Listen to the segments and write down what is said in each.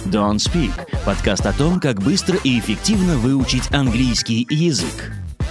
Don't Speak – подкаст о том, как быстро и эффективно выучить английский язык.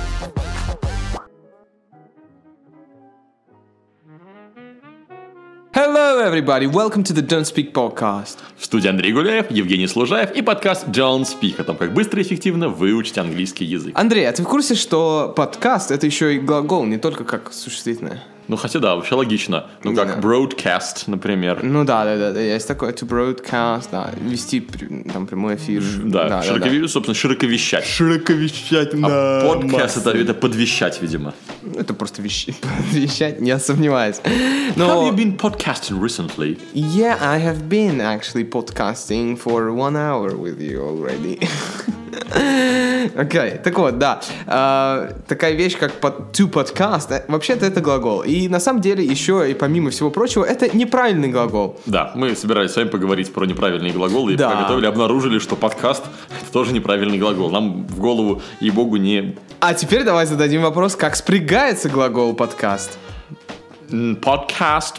Hello, everybody. Welcome to the Don't Speak podcast. В студии Андрей Гуляев, Евгений Служаев и подкаст Don't Speak о том, как быстро и эффективно выучить английский язык. Андрей, а ты в курсе, что подкаст — это еще и глагол, не только как существительное? Ну, хотя да, вообще логично. Ну, как broadcast, например. Ну да, есть такое to broadcast, да, вести там прямой эфир. Да, собственно, широковещать. Широковещать, да. А подкаст это подвещать, видимо. Это просто вещать, не сомневаюсь. Have you been podcasting recently? Yeah, I have been actually podcasting for 1 hour with you already. Окей, так вот, да. Такая вещь, как to podcast, вообще-то это глагол. И на самом деле еще, и помимо всего прочего, это неправильный глагол. Да, мы собирались с вами поговорить про неправильные глаголы. И пока готовили, обнаружили, что подкаст — это тоже неправильный глагол. Нам в голову, ей-богу, не... А теперь давай зададим вопрос, как спрягается глагол подкаст. Подкаст.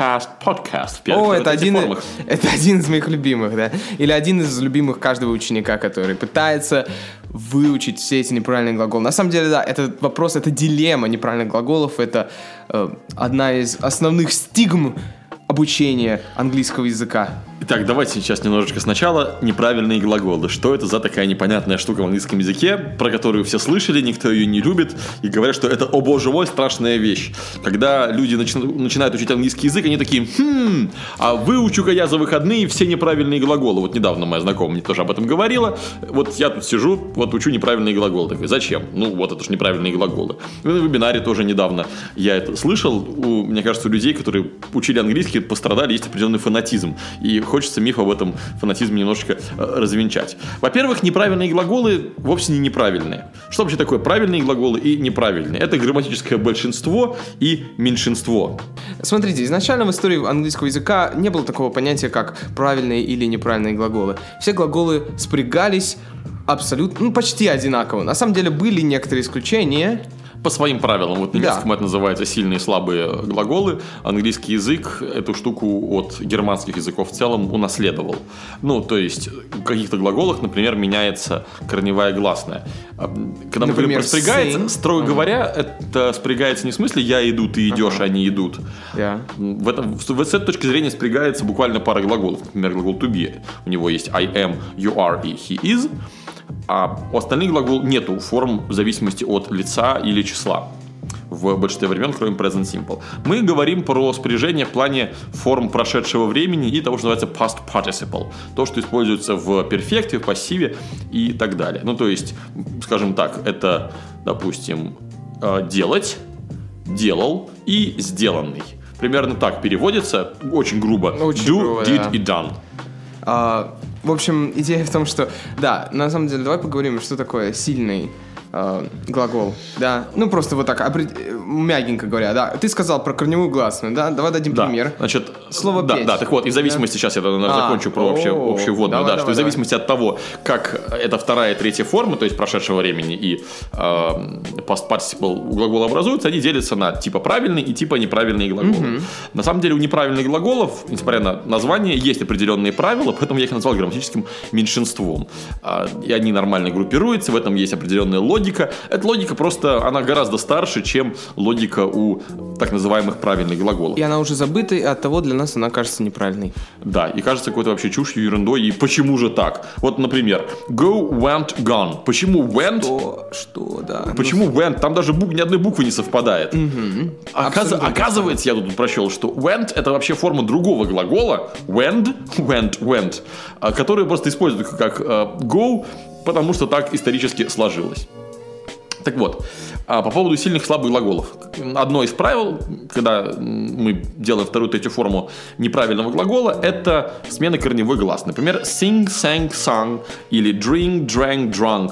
О, это один из моих любимых, да? Или один из любимых каждого ученика, который пытается выучить все эти неправильные глаголы. На самом деле, да, этот вопрос, это дилемма неправильных глаголов, это одна из основных стигм обучения английского языка. Итак, давайте сейчас немножечко сначала неправильные глаголы. Что это за такая непонятная штука в английском языке, про которую все слышали, никто ее не любит, и говорят, что это, о боже мой, страшная вещь. Когда люди начинают учить английский язык, они такие, а выучу-ка я за выходные все неправильные глаголы. Вот недавно моя знакомая мне тоже об этом говорила. Вот я тут сижу, вот учу неправильные глаголы. Такой, зачем? Ну, вот это же неправильные глаголы. На вебинаре тоже недавно я это слышал. Мне кажется, у людей, которые учили английский, пострадали, есть определенный фанатизм. И хочется миф об этом фанатизме немножечко развенчать. Во-первых, неправильные глаголы вовсе не неправильные. Что вообще такое правильные глаголы и неправильные? Это грамматическое большинство и меньшинство. Смотрите, изначально в истории английского языка не было такого понятия, как правильные или неправильные глаголы. Все глаголы спрягались абсолютно, почти одинаково. На самом деле были некоторые исключения. По своим правилам. Вот на немецком это называется сильные и слабые глаголы. Английский язык эту штуку от германских языков в целом унаследовал. Ну, то есть в каких-то глаголах, например, меняется корневая гласная. Когда мы говорим про спрягается, строго говоря, это спрягается не в смысле «я иду, ты идешь, они идут». С этой точки зрения спрягается буквально пара глаголов. Например, глагол to be. У него есть I am, you are и he is. А у остальных глаголов нету форм в зависимости от лица или числа в большинстве времен, кроме present simple. Мы говорим про спряжение в плане форм прошедшего времени и того, что называется past participle. То, что используется в перфекте, в пассиве и так далее. Ну, то есть, скажем так, это, допустим, делать, делал и сделанный. Примерно так переводится, очень грубо. Do, did и done. В общем, идея в том, что, да, на самом деле, давай поговорим, что такое сильный глагол, да, ну просто вот так, мягенько говоря, да, ты сказал про корневую гласную, да, давай дадим пример. Значит, слово петь. Да, так вот, и в зависимости, сейчас я, наверное, закончу про общую вводную, да, что в зависимости от того, как это вторая и третья формы, то есть прошедшего времени и past participle у глагола образуются, они делятся на типа правильные и типа неправильные глаголы. На самом деле у неправильных глаголов, несмотря на название, есть определенные правила, поэтому я их назвал грамматическим меньшинством. И они нормально группируются, в этом есть определенная логика. Эта логика просто, она гораздо старше, чем логика у так называемых правильных глаголов. И она уже забыта, и оттого для нас она кажется неправильной. Да, и кажется какой-то вообще чушью, ерундой. И почему же так? Вот, например, go, went, gone. Почему went? Что, да. Почему went? Там даже ни одной буквы не совпадает. Оказывается, я тут прочел, что went — это вообще форма другого глагола. Went, который просто используют как go, потому что так исторически сложилось. Так вот, по поводу сильных и слабых глаголов. Одно из правил, когда мы делаем вторую, третью форму неправильного глагола, это смена корневой гласной. Например, sing, sang, sung или drink, drank, drunk.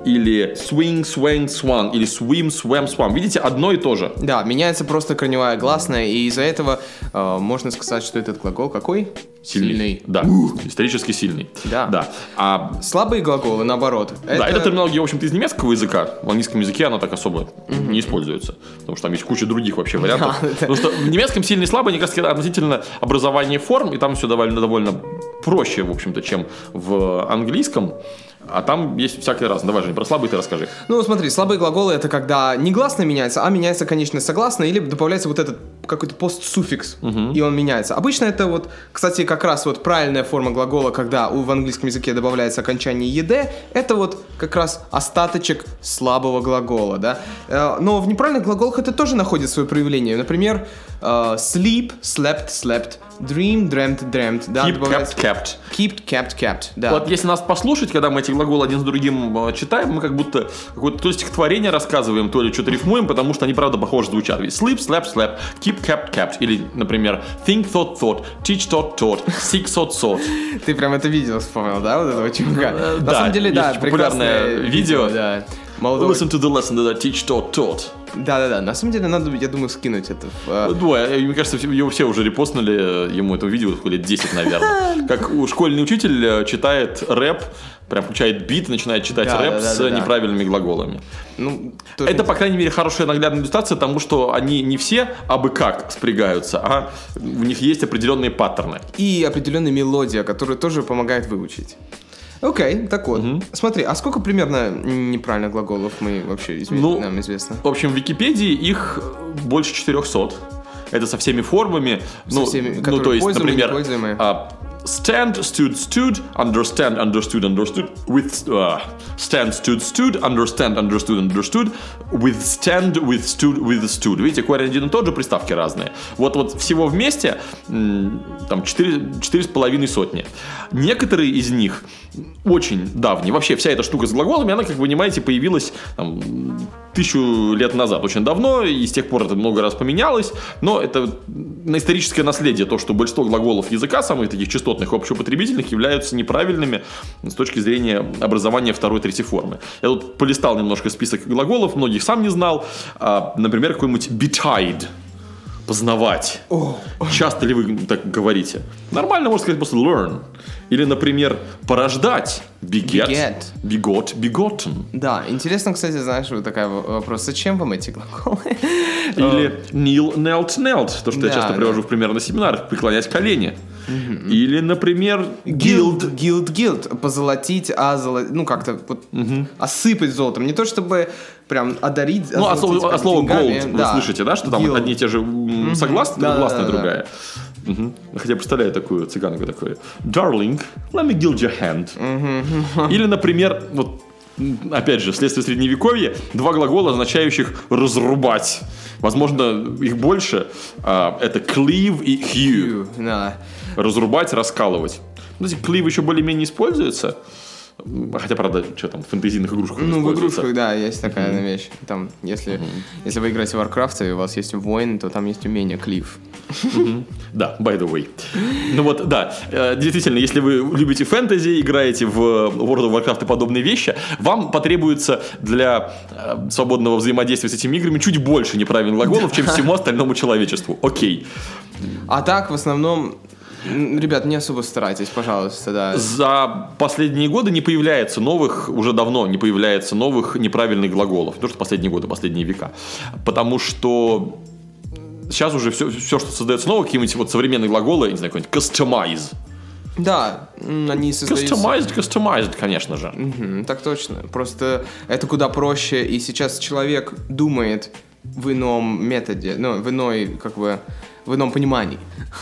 или swing, swang, swung, или swim, swam, swam. Видите, одно и то же. Да, меняется просто корневая гласная, и из-за этого можно сказать, что этот глагол какой? Сильный. Да, исторически сильный. Да. А слабые глаголы, наоборот. Да, эта терминология, в общем-то, из немецкого языка. В английском языке она так особо не используется. Потому что там есть куча других вообще вариантов. Потому что в немецком сильный и слабый, мне кажется, относительно образования форм, и там все довольно проще, в общем-то, чем в английском. А там есть всякое разное. Давай, Жень, про слабые ты расскажи. Ну, смотри, слабые глаголы — это когда не гласное меняется, а меняется конечное согласное, или добавляется вот этот какой-то постсуффикс, и он меняется. Обычно это вот, кстати, как раз вот правильная форма глагола, когда в английском языке добавляется окончание «ед», это вот как раз остаточек слабого глагола, да. Но в неправильных глаголах это тоже находит свое проявление. Например, sleep, slept, slept, dream, dreamt, dreamt. Да, keep, kept, kept. Keep, kept, kept, да. Вот если нас послушать, когда мы эти глаголы один с другим читаем, мы как будто какое-то то стихотворение рассказываем, то ли что-то рифмуем, потому что они, правда, похоже звучат. Sleep, slept, slept, keep, kept, kept. Или, например, think, thought, thought, teach, taught, taught, seek, sought, sought. Ты прям это видео вспомнил, да, вот этого чувака? Да, на самом деле, да, популярное видео. Да. Listen to the lesson that I teach, taught, taught. Да. На самом деле, надо, я думаю, скинуть это. Мне кажется, его все уже репостнули, ему это видео лет 10, наверное. Как школьный учитель читает рэп, прям включает бит и начинает читать рэп с неправильными глаголами. Ну, это, по крайней мере, хорошая наглядная иллюстрация тому, что они не все абы как спрягаются, а у них есть определенные паттерны. И определенная мелодия, которая тоже помогает выучить. Окей, так вот. Смотри, а сколько примерно неправильных глаголов мы вообще нам известно? В общем, в Википедии их больше 400. Это со всеми формами. Со всеми, которые то есть, пользуемые, например, непользуемые. Stand, stood, stood, understand, understood, understood, stand, stood, stood, understand, understood, understood, withstand, withstood, withstood. Видите, корень один и тот же, приставки разные. Вот всего вместе там 4,5 сотни. Некоторые из них очень давние. Вообще вся эта штука с глаголами, она, как вы понимаете, появилась там 1000 лет назад, очень давно, и с тех пор это много раз поменялось, но это историческое наследие, то, что большинство глаголов языка, самых таких частотных, общеупотребительных, являются неправильными с точки зрения образования второй, третьей формы. Я тут полистал немножко список глаголов, многих сам не знал. Например, какой-нибудь betide. Познавать. Часто ли вы так говорите? Нормально можно сказать просто learn. Или, например, порождать. Beget. Begot. Begotten. Да, интересно, кстати, знаешь, вот такой вопрос. Зачем вам эти глаголы? Или kneel, knelt, knelt. То, что я часто привожу в пример на семинарах. Преклонять колени. Или, например, guild. Позолотить, ну как-то вот осыпать золотом. Не то, чтобы прям одарить. Ну, а слово gold вы слышите, да? Что там одни и те же согласные, гласная другая. Хотя я представляю такую цыганку такую. Darling, let me gild your hand. Или, например, вот опять же, вследствие средневековья, два глагола, означающих разрубать. Возможно, их больше. Это cleave и hew. Разрубать, раскалывать. Cleave еще более-менее используется. Хотя, правда, что там, в фэнтезийных игрушках в игрушках, да, есть такая вещь. Там, если вы играете в Warcraft, и у вас есть воин, то там есть умение клифф. Да, by the way. Ну вот, да, действительно, если вы любите фэнтези, играете в World of Warcraft и подобные вещи, вам потребуется для свободного взаимодействия с этими играми чуть больше неправильных глаголов, чем всему остальному человечеству. Окей. А так, в основном... Ребят, не особо старайтесь, пожалуйста, да. За последние годы не появляется новых, уже давно не появляется новых неправильных глаголов. Не то, что последние годы, последние века. Потому что сейчас уже все, что создается новое, какие-нибудь вот современные глаголы, я не знаю, какой-нибудь customize. Да, они создаются... Customized, конечно же. Так точно. Просто это куда проще, и сейчас человек думает в ином методе, ну, в ином понимании.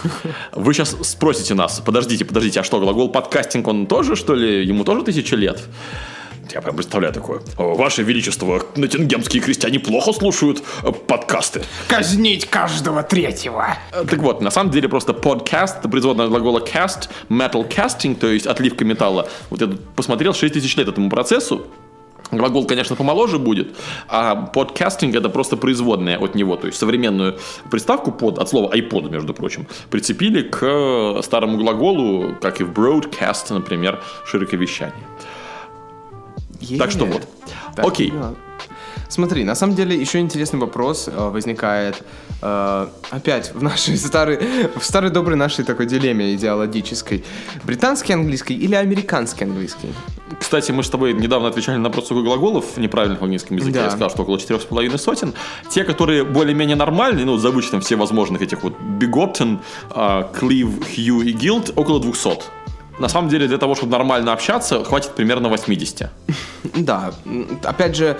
Вы сейчас спросите нас, подождите, а что, глагол подкастинг, он тоже, что ли, ему тоже 1000 лет? Я прям представляю такое. Ваше Величество, ноттингемские крестьяне плохо слушают подкасты. Казнить каждого третьего. Так вот, на самом деле просто подкаст, это производное от глагола cast, metal casting, то есть отливка металла. Вот я тут посмотрел, 6000 лет этому процессу. Глагол, конечно, помоложе будет, а подкастинг — это просто производная от него. То есть современную приставку под, от слова iPod, между прочим, прицепили к старому глаголу, как и в broadcast, например, широковещание. Так что вот. Окей. Смотри, на самом деле еще интересный вопрос возникает опять в старой доброй нашей такой дилемме идеологической. Британский английский или американский английский? Кстати, мы с тобой недавно отвечали на вопрос глаголов неправильных в английском языке. Да. Я сказал, что около 4,5 сотен. Те, которые более-менее нормальные, за вычетом всевозможных этих вот begotten, cleave, hue и guild, около 200. На самом деле, для того, чтобы нормально общаться, хватит примерно 80. Да, опять же,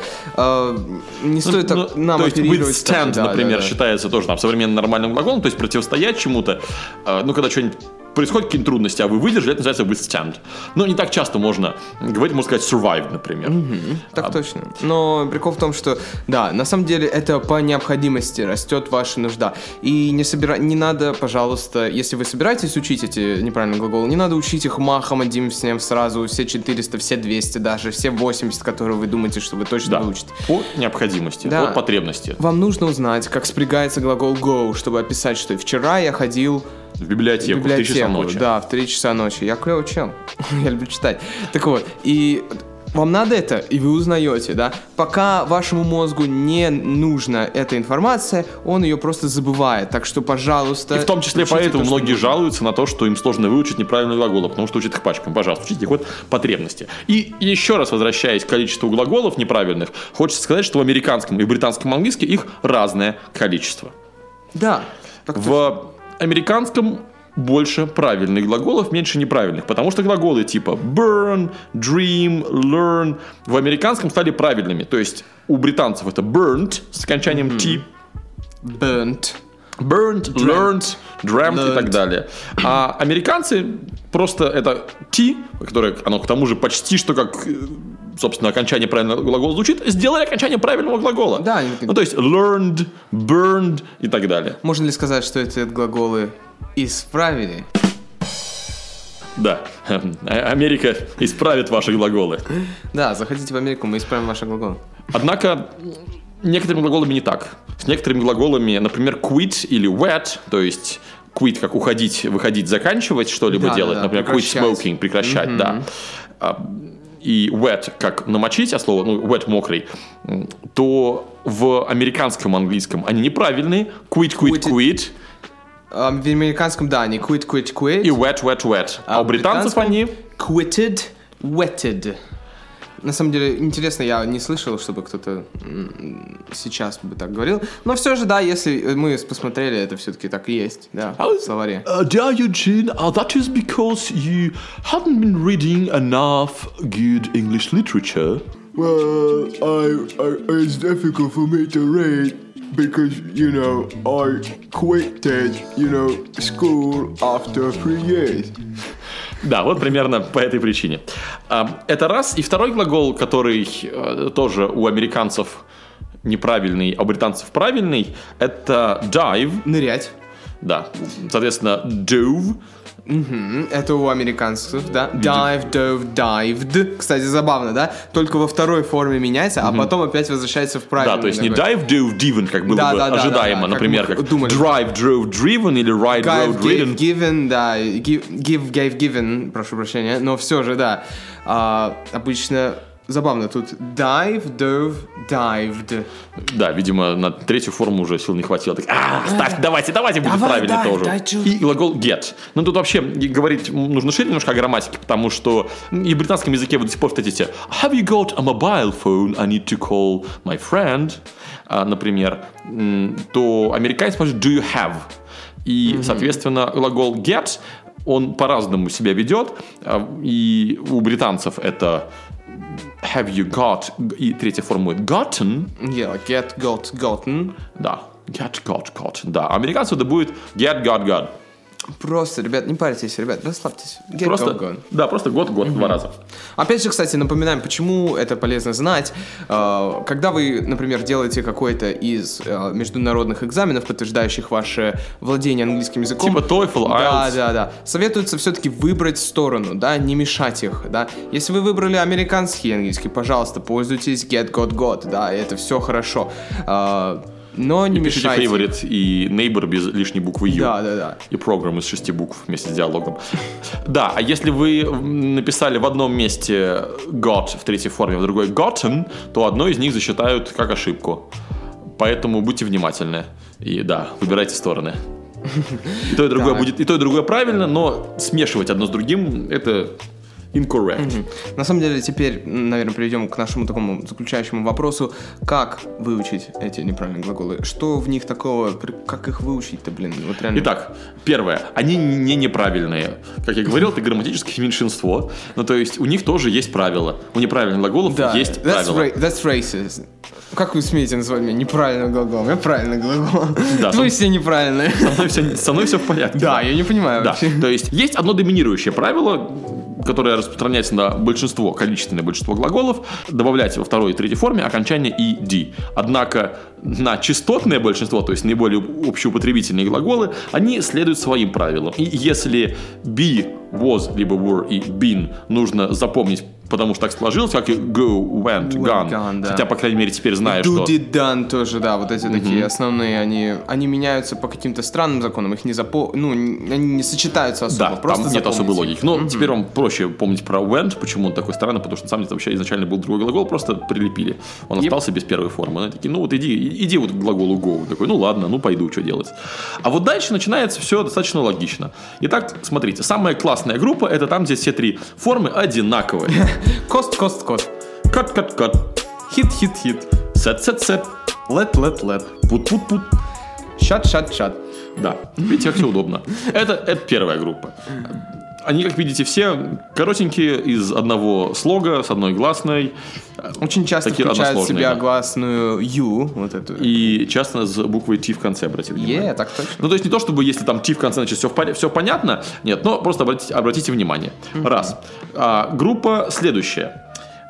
не стоит нам оперировать... Withstand, например, считается тоже современным нормальным глаголом, то есть противостоять чему-то, когда что-нибудь происходят какие-то трудности, а вы выдержали, это называется withstand. Но не так часто можно говорить, можно сказать survived, например. Так точно. Но прикол в том, что, да, на самом деле это по необходимости растет ваша нужда. И не надо, пожалуйста, если вы собираетесь учить эти неправильные глаголы, не надо учить их махом одним всем сразу, все 400, все 200 даже, все 80, которые вы думаете, что вы точно выучите. По необходимости, от потребности. Вам нужно узнать, как спрягается глагол go, чтобы описать, что вчера я ходил... В библиотеку в 3 часа ночи. Да, в 3 часа ночи. Я клёвый чел. Я люблю читать. Так вот, и вам надо это, и вы узнаете, да? Пока вашему мозгу не нужна эта информация, он ее просто забывает. Так что, пожалуйста... И в том числе поэтому многие жалуются на то, что им сложно выучить неправильные глаголы, потому что учат их пачками. Пожалуйста, учите их от потребности. И еще раз возвращаясь к количеству глаголов неправильных, хочется сказать, что в американском и британском английском их разное количество. Да. В американском больше правильных глаголов, меньше неправильных, потому что глаголы типа burn, dream, learn в американском стали правильными. То есть у британцев это burnt с окончанием t, burnt, learned, dreamt и так далее. А американцы просто это t, которое оно к тому же почти что как, собственно, окончание правильного глагола звучит, сделали окончание правильного глагола. Да. То есть learned, burned и так далее. Можно ли сказать, что эти глаголы исправили? Да. Америка исправит ваши глаголы. Да, заходите в Америку, мы исправим ваши глаголы. Однако некоторыми глаголами не так. С некоторыми глаголами, например, quit или wet, то есть quit как уходить, выходить, заканчивать, что-либо делать. Например, quit smoking, прекращать, да. И wet как намочить, а слово wet мокрый, то в американском английском они неправильные. Quit. В американском, да, они quit. И wet. А у британцев они quitted, wetted. На самом деле, интересно, я не слышал, чтобы кто-то сейчас бы так говорил. Но все же, да, если мы посмотрели, это все-таки так и есть, да, в словаре. Dear Eugene, that is because you haven't been reading enough good English literature. Well, it's difficult for me to read because, I quitted, school after 3 years. Да, вот примерно по этой причине. Это раз. И второй глагол, который тоже у американцев неправильный, а у британцев правильный, это dive. Нырять. Да. Соответственно, dove. Это у американцев, да? Dive, dove, dived. Кстати, забавно, да? Только во второй форме меняется, а потом опять возвращается в правильную. Да, то есть не dive, dove, driven, как было бы ожидаемо. Например, как drive, drove, driven или ride, drove, ridden. Given, да. Give, gave, given. Прошу прощения. Но все же, да. Обычно... Забавно, тут dive, dove, dived. Да, видимо, на третью форму уже сил не хватило. Так, давайте будет правильно тоже. И глагол get. Ну, тут вообще говорить нужно шире немножко о грамматике, потому что и в британском языке вы до сих пор встретите have you got a mobile phone? I need to call my friend. Например, то американец может do you have? И, соответственно, глагол get, он по-разному себя ведет. И у британцев это have you got, и третья форма gotten. Yeah, get, got, gotten. Да, get, got. Да, американцев это будет get, got. Просто, ребят, не парьтесь, ребят, расслабьтесь. Get, просто, got. Да, просто год, 2 раза. Опять же, кстати, напоминаем, почему это полезно знать. Когда вы, например, делаете какой-то из международных экзаменов, подтверждающих ваше владение английским языком. Типа TOEFL, IELTS. Да. Советуется все-таки выбрать сторону, да, не мешать их, да. Если вы выбрали американский английский, пожалуйста, пользуйтесь get, got, да, это все хорошо. Но не пишите мешайте. favorite и neighbor без лишней буквы U. Да. И program из 6 букв вместе с диалогом. Да, а если вы написали в одном месте got в третьей форме, в другой gotten, то одно из них засчитают как ошибку. Поэтому будьте внимательны. И да, выбирайте стороны. И то, и другое будет, и то, и другое правильно, но смешивать одно с другим — это incorrect. На самом деле, теперь, наверное, перейдем к нашему такому заключающему вопросу. Как выучить эти неправильные глаголы? Что в них такого? Как их выучить-то, блин? Вот реально. Итак, первое. Они не неправильные. Как я говорил, это грамматическое меньшинство. Ну, то есть, у них тоже есть правила. У неправильных глаголов есть правила. That's racist. Как вы смеете называть меня неправильным глаголом? Я правильный глагол. Да, Вы все неправильные. Со мной все в порядке. Да, я не понимаю Да, вообще. то есть, есть одно доминирующее правило, которое распространяется на большинство, количественное большинство глаголов, добавлять во второй и третьей форме окончание «ed». Однако на частотное большинство, то есть наиболее общеупотребительные глаголы, они следуют своим правилам. И если be, was, либо were и been нужно запомнить, потому что так сложилось, как и go, went, gone. Да. Хотя, по крайней мере, теперь знаешь, Do, что... did, done тоже, да, вот эти такие основные, они меняются по каким-то странным законам, их они не сочетаются особо. Да, просто там нет запомните. особой логики. Но теперь вам проще помнить про went. Почему он такой странный? Потому что на самом деле вообще изначально был другой глагол, просто прилепили. Он остался без первой формы. Они такие, вот иди вот к глаголу go. Такой, ладно, пойду, что делать. А вот дальше начинается все достаточно логично. Итак, смотрите, самая классная группа — это там, где все три формы одинаковые. Cost. Cut. Hit. Set. Let. Put. Shut. Да, видите, как все удобно. Это первая группа. Они, как видите, все коротенькие, из одного слога, с одной гласной. Очень часто такие включают в односложные, себя да. гласную U, вот эту. И часто с буквой T в конце, обратите внимание. Так точно. Ну, то есть не то, чтобы если там T в конце, значит, все понятно. Нет, но просто обратите внимание. Раз. Группа следующая.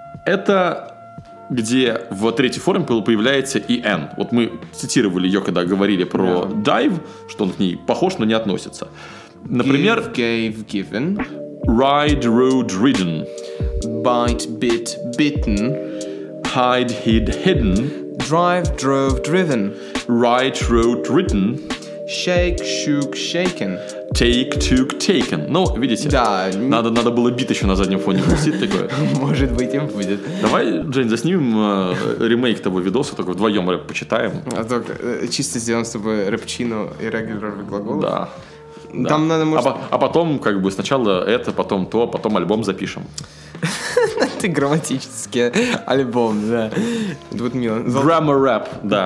Это где в третьей форме появляется и N. Вот мы цитировали ее, когда говорили про dive, что он к ней похож, но не относится. Например, gave, given. ride, rode, ridden. Bite, bit, bitten. Hide, hid, hidden. Drive, drove, driven. Write, wrote, written. Shake, shook, shaken. Take, took, taken. Ну, видите, Да. надо было бит еще на заднем фоне пустить такое. Может быть, им будет. Давай, Жень, заснимем ремейк того видоса, только вдвоем рэп почитаем. А то чисто сделаем с тобой рэпчину и регулярный глагол. Да. Там надо, может... А потом, как бы, сначала это, потом то, потом альбом запишем. Ты грамматический альбом, да. Это вот мило. Grammar rap, да.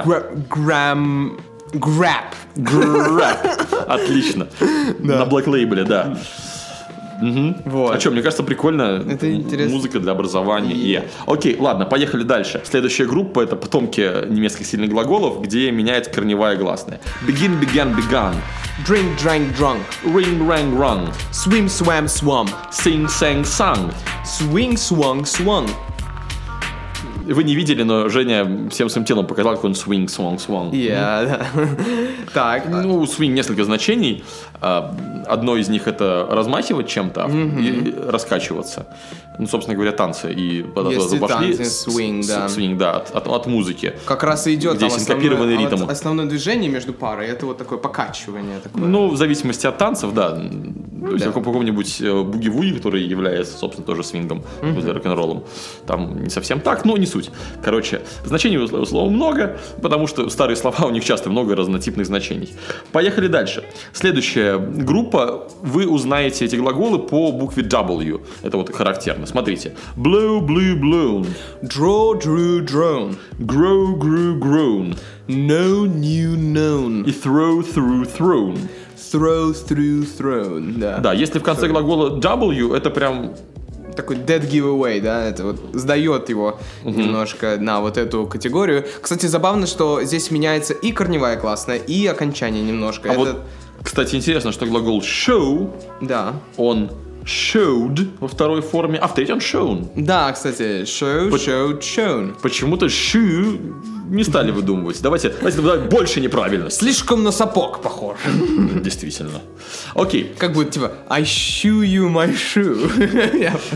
Грэп. Отлично. На Black Label, да. Вот. А что, мне кажется, прикольно. Это интересно. Музыка для образования. Окей, ладно, поехали дальше. Следующая группа — это потомки немецких сильных глаголов, где меняется корневая гласная. Begin, began, begun. Drink, drank, drunk. Ring, rang, rung. Swim, swam, swum. Sing, sang, sung. Swing, swung, swung. Вы не видели, но Женя всем своим телом показал, как он swing, swung, swung. Да. Так. Ну, у swing несколько значений. Одно из них — это размахивать чем-то и раскачиваться. Ну, собственно говоря, танцы. И Есть и пошли танцы, swing, да. Swing, да, от музыки. Как раз и идет Где там синкопированный ритм. основное движение между парой. Это вот такое покачивание. Такое. Ну, в зависимости от танцев, да. То есть, в каком-нибудь буги-вуги, который является, собственно, тоже свингом, рок-н-роллом. Там не совсем так, но не суть. Короче, значений у слова много, потому что старые слова, у них часто много разнотипных значений. Поехали дальше. Следующая группа. Вы узнаете эти глаголы по букве W. Это вот характерно. Смотрите. Blow, blew, blown. Draw, drew, drawn. Grow, grew, grown. Know, knew, known. И throw, threw, thrown. Throw, through, thrown. Да. Да, если в конце глагола W, это прям... Такой dead giveaway, да, это вот сдает его немножко на вот эту категорию. Кстати, забавно, что здесь меняется и корневая гласная, и окончание немножко. Вот, кстати, интересно, что глагол show, Да. он showed во второй форме, а в третьем shown. Да, кстати, show, showed, shown. Почему-то shoe не стали выдумывать. Давайте больше неправильности. Слишком на сапог похож. Действительно. Окей. Как будет, типа, I shoe you my shoe.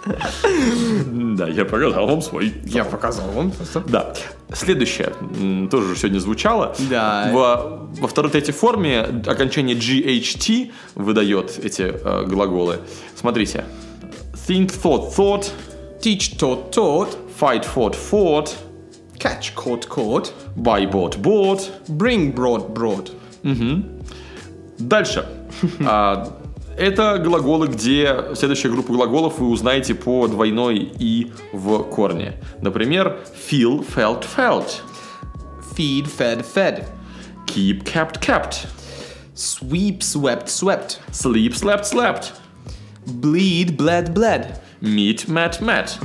Да, я показал вам свой. Я показал вам просто. Да. Следующее тоже сегодня звучало. Да. Во второй-третьей форме окончание GHT выдает эти глаголы. Смотрите. Think, thought, thought. Teach, taught, taught. Fight, fought, fought. Catch, caught, caught. Buy, bought, bought. Bring, brought, brought. Угу. Дальше. Это глаголы, где следующая группа глаголов вы узнаете по двойной «и» в корне. Например, feel, felt, felt. Feed, fed, fed. Keep, kept, kept. Sweep, swept, swept. Sleep, slept, slept. Bleed, bled, bled. Meet, met, met.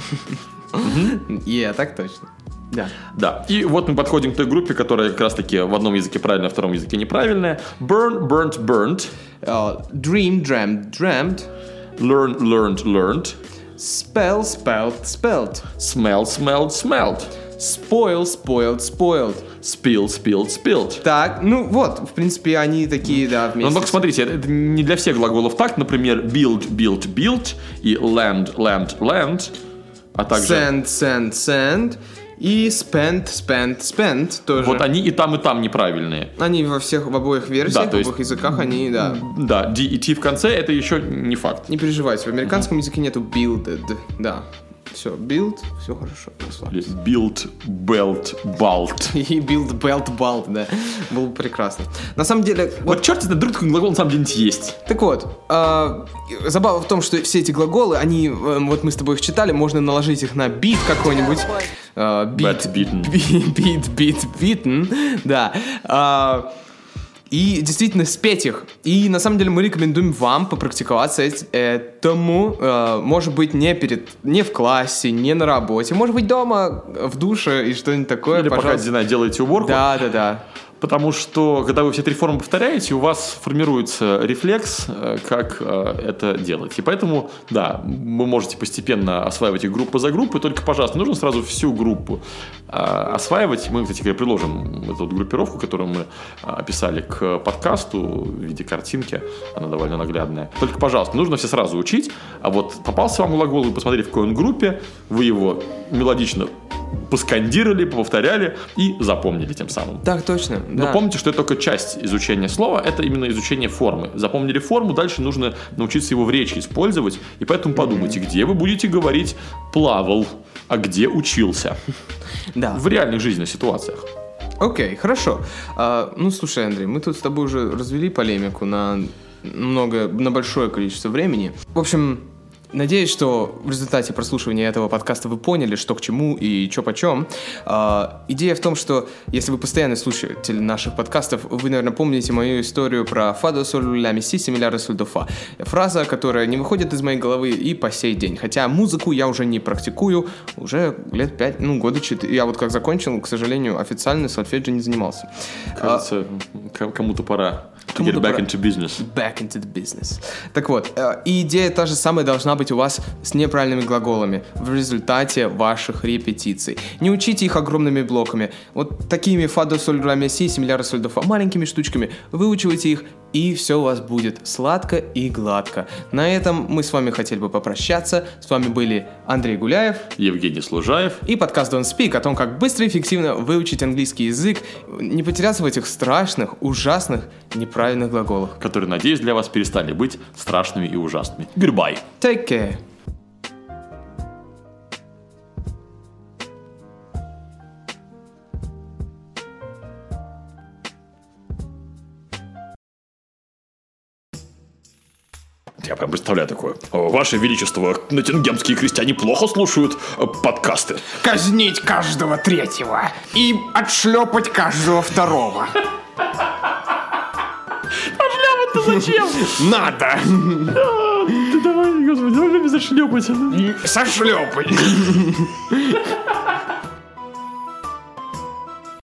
Так точно. Да. Да. И вот мы подходим к той группе, которая как раз-таки в одном языке правильная, в втором языке неправильная. Burn, burnt, burnt. Dream, dreamt, dreamt. Learn, learned, learned. Spell, spelled, spelled. Smell, smelled, smelled. Spoil, spoiled, spoiled. Spill, spilled, spilled. Так, в принципе, они такие, да, вместе. Но только смотрите, это не для всех глаголов так. Например, build, built, built. И land, land, land. А также... Send, send, send. И spent, spent, spent тоже. Вот они и там неправильные. Они в обоих версиях, да, в обоих языках, они, да. Да, D и T в конце, это еще не факт. Не переживайте, в американском языке нету builded, да. Все, build, все хорошо. Build, belt, balt. И build, belt, balt, да. Было бы прекрасно. На самом деле... Вот черт знает, вдруг такой глагол на самом деле есть. Так вот, забава в том, что все эти глаголы, они, вот мы с тобой их читали, можно наложить их на beat какой-нибудь. Beaten. Beaten, да. И действительно спеть их. И на самом деле мы рекомендуем вам попрактиковаться этому, может быть, не в классе, не на работе, может быть, дома, в душе и что-нибудь такое. Или пока, не знаю, делаете уборку. Да. Потому что, когда вы все три формы повторяете, у вас формируется рефлекс, как это делать. И поэтому, да, вы можете постепенно осваивать их группу за группой, только, пожалуйста, нужно сразу всю группу осваивать. Мы, кстати говоря, приложим эту группировку, которую мы описали к подкасту в виде картинки. Она довольно наглядная. Только, пожалуйста, нужно все сразу учить. А вот попался вам глагол, вы посмотрели, в какой он группе, вы его мелодично поскандировали, повторяли и запомнили тем самым. Так, точно. Но да. помните, что это только часть изучения слова, это именно изучение формы. Запомнили форму, дальше нужно научиться его в речи использовать, и поэтому подумайте, где вы будете говорить «плавал», а где «учился». Да. В реальных жизненных ситуациях. Окей, хорошо. Слушай, Андрей, мы тут с тобой уже развели полемику на большое количество времени. В общем... Надеюсь, что в результате прослушивания этого подкаста вы поняли, что к чему и чё почем. Идея в том, что если вы постоянный слушатель наших подкастов, вы, наверное, помните мою историю про «фа, до, соль, ля, ми, си, си, ми, ля, ре, соль, до, фа». Фраза, которая не выходит из моей головы и по сей день. Хотя музыку я уже не практикую, уже лет 5, года 4. Я вот как закончил, к сожалению, официально сольфеджио не занимался. Кажется, кому-то пора. To get back into business. Back into the business. Так вот, и идея та же самая должна быть у вас с неправильными глаголами в результате ваших репетиций. Не учите их огромными блоками. Вот такими фа, до, соль, ля, ми, си, си, ми, ля, ре, соль, до, фа, маленькими штучками. Выучивайте их, и все у вас будет сладко и гладко. На этом мы с вами хотели бы попрощаться. С вами были Андрей Гуляев, Евгений Служаев и подкаст Don't Speak о том, как быстро и эффективно выучить английский язык, не потеряться в этих страшных, ужасных, неправильных глаголах. Которые, надеюсь, для вас перестали быть страшными и ужасными. Goodbye. Take care. Я прям представляю такое. Ваше Величество, ноттингемские крестьяне плохо слушают подкасты. Казнить каждого третьего и отшлепать каждого второго. А шляпа-то зачем? Надо. Ты давай, господи, давай без зашлепать. Сошлепай.